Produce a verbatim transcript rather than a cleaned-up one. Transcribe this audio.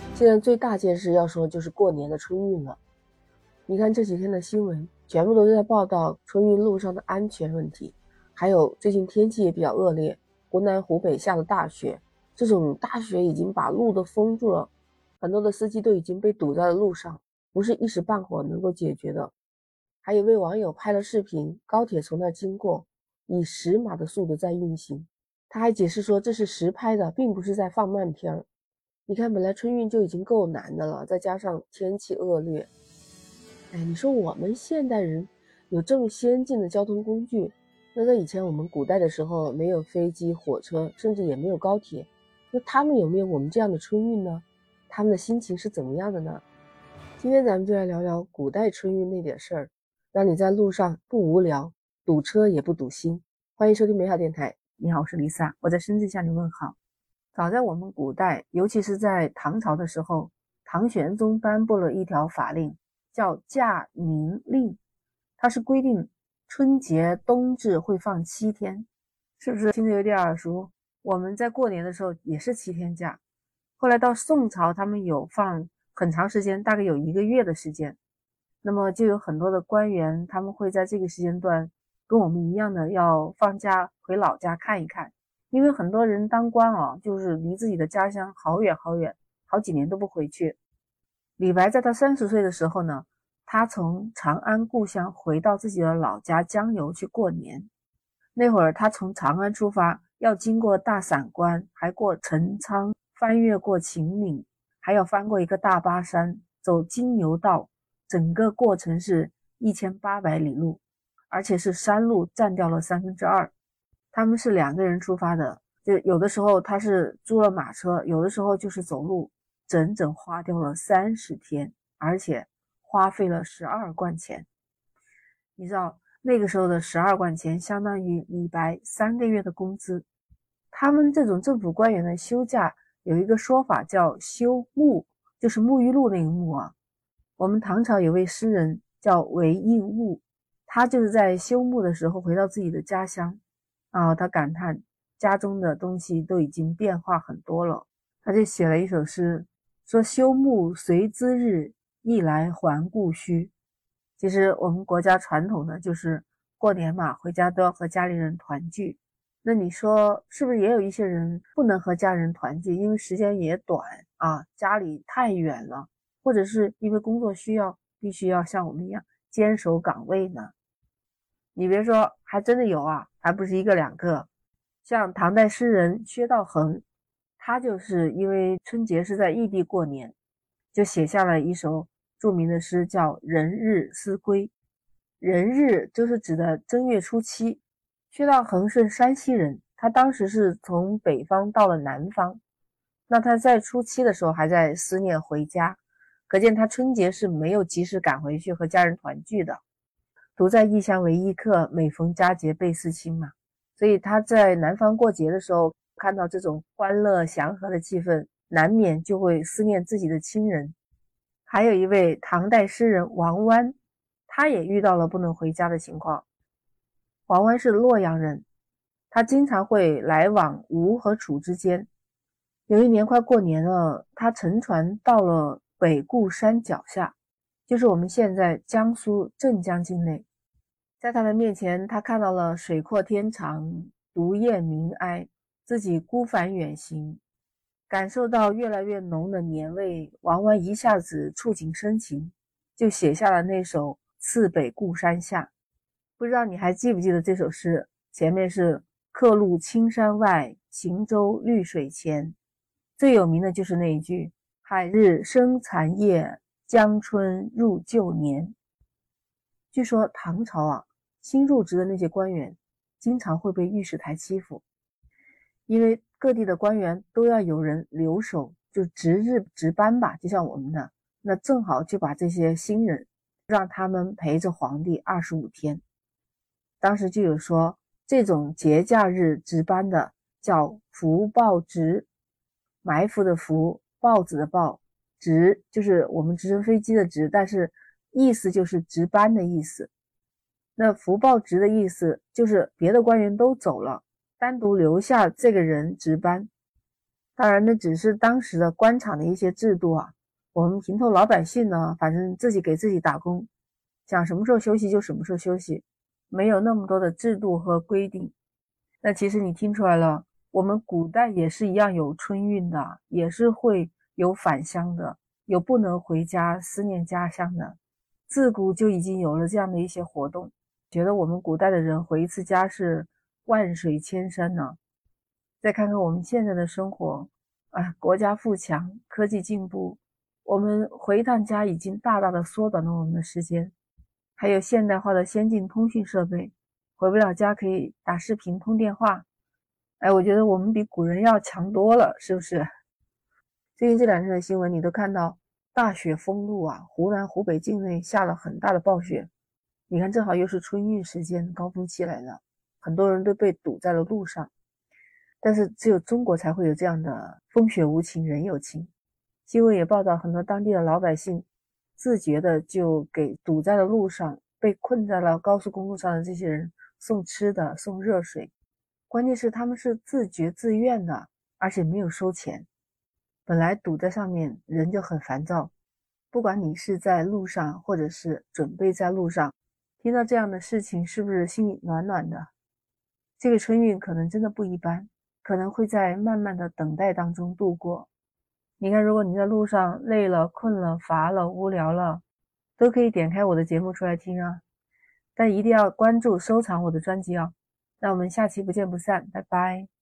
现在最大件事要说就是过年的春运了。你看这几天的新闻，全部都在报道春运路上的安全问题，还有最近天气也比较恶劣，湖南湖北下了大雪，这种大雪已经把路都封住了，很多的司机都已经被堵在了路上，不是一时半会能够解决的。还有位网友拍了视频，高铁从那儿经过，以十码的速度在运行，他还解释说这是实拍的，并不是在放慢片。你看本来春运就已经够难的了，再加上天气恶劣，哎，你说我们现代人有这么先进的交通工具，那在以前我们古代的时候没有飞机火车，甚至也没有高铁，那他们有没有我们这样的春运呢？他们的心情是怎么样的呢？今天咱们就来聊聊古代春运那点事儿，让你在路上不无聊，堵车也不堵心。欢迎收听美好电台， 你好，我是丽萨，我在深圳向你问好。早在我们古代，尤其是在唐朝的时候，唐玄宗颁布了一条法令，叫驾宁令，它是规定春节冬至会放七天，是不是听着有点耳熟？我们在过年的时候也是七天假。后来到宋朝，他们有放很长时间，大概有一个月的时间。那么就有很多的官员，他们会在这个时间段跟我们一样的要放假回老家看一看。因为很多人当官啊，就是离自己的家乡好远好远，好几年都不回去。李白在他三十岁的时候呢，他从长安故乡回到自己的老家江油去过年。那会儿他从长安出发，要经过大散关，还过陈仓，翻越过秦岭，还要翻过一个大巴山，走金牛道，整个过程是一千八百里路，而且是山路占掉了三分之二。他们是两个人出发的，就有的时候他是租了马车，有的时候就是走路，整整花掉了三十天，而且花费了十二贯钱。你知道那个时候的十二贯钱相当于李白三个月的工资。他们这种政府官员的休假有一个说法叫休沐，就是沐浴露那个沐啊。我们唐朝有位诗人叫韦应物，他就是在休沐的时候回到自己的家乡啊，他感叹家中的东西都已经变化很多了，他就写了一首诗，说休沐随兹日，一来还故墟。其实我们国家传统的就是过年嘛，回家都要和家里人团聚。那你说是不是也有一些人不能和家人团聚，因为时间也短啊，家里太远了，或者是因为工作需要必须要像我们一样坚守岗位呢？你别说，还真的有啊，还不是一个两个。像唐代诗人薛道衡，他就是因为春节是在异地过年，就写下了一首著名的诗叫《人日思归》。人日就是指的正月初七。薛道衡是山西人，他当时是从北方到了南方，那他在初七的时候还在思念回家，可见他春节是没有及时赶回去和家人团聚的。独在异乡为异客，每逢佳节倍思亲嘛。所以他在南方过节的时候，看到这种欢乐祥和的气氛，难免就会思念自己的亲人。还有一位唐代诗人王湾，他也遇到了不能回家的情况。王湾是洛阳人，他经常会来往吴和楚之间。有一年快过年了，他乘船到了北固山脚下，就是我们现在江苏镇江境内。在他的面前，他看到了水阔天长，独雁鸣哀，自己孤帆远行，感受到越来越浓的年味，王湾一下子触景生情，就写下了那首《次北固山下》。不知道你还记不记得这首诗，前面是客路青山外，行舟绿水前，最有名的就是那一句海日生残夜，江春入旧年。据说唐朝啊，新入职的那些官员经常会被御史台欺负，因为各地的官员都要有人留守，就值日值班吧，就像我们的，那正好就把这些新人让他们陪着皇帝二十五天。当时就有说，这种节假日值班的叫伏报值，埋伏的伏，豹子的豹，值就是我们直升飞机的值，但是意思就是值班的意思。那伏报值的意思就是别的官员都走了，单独留下这个人值班。 当然那只是当时的官场的一些制度啊，我们平头老百姓呢，反正自己给自己打工，想什么时候休息就什么时候休息，没有那么多的制度和规定。那其实你听出来了，我们古代也是一样有春运的，也是会有返乡的，有不能回家思念家乡的，自古就已经有了这样的一些活动。觉得我们古代的人回一次家是万水千山呢。再看看我们现在的生活啊，国家富强，科技进步，我们回一趟家已经大大的缩短了我们的时间。还有现代化的先进通讯设备，回不了家可以打视频通电话。哎，我觉得我们比古人要强多了，是不是？最近这两天的新闻你都看到大雪封路啊，湖南湖北境内下了很大的暴雪。你看正好又是春运时间高峰期来了，很多人都被堵在了路上。但是只有中国才会有这样的风雪无情人有情。新闻也报道很多当地的老百姓自觉的就给堵在了路上被困在了高速公路上的这些人送吃的送热水，关键是他们是自觉自愿的，而且没有收钱。本来堵在上面人就很烦躁，不管你是在路上或者是准备在路上，听到这样的事情是不是心里暖暖的？这个春运可能真的不一般，可能会在慢慢的等待当中度过。你看，如果你在路上累了、困了、乏了、无聊了，都可以点开我的节目出来听啊。但一定要关注、收藏我的专辑哦。那我们下期不见不散，拜拜。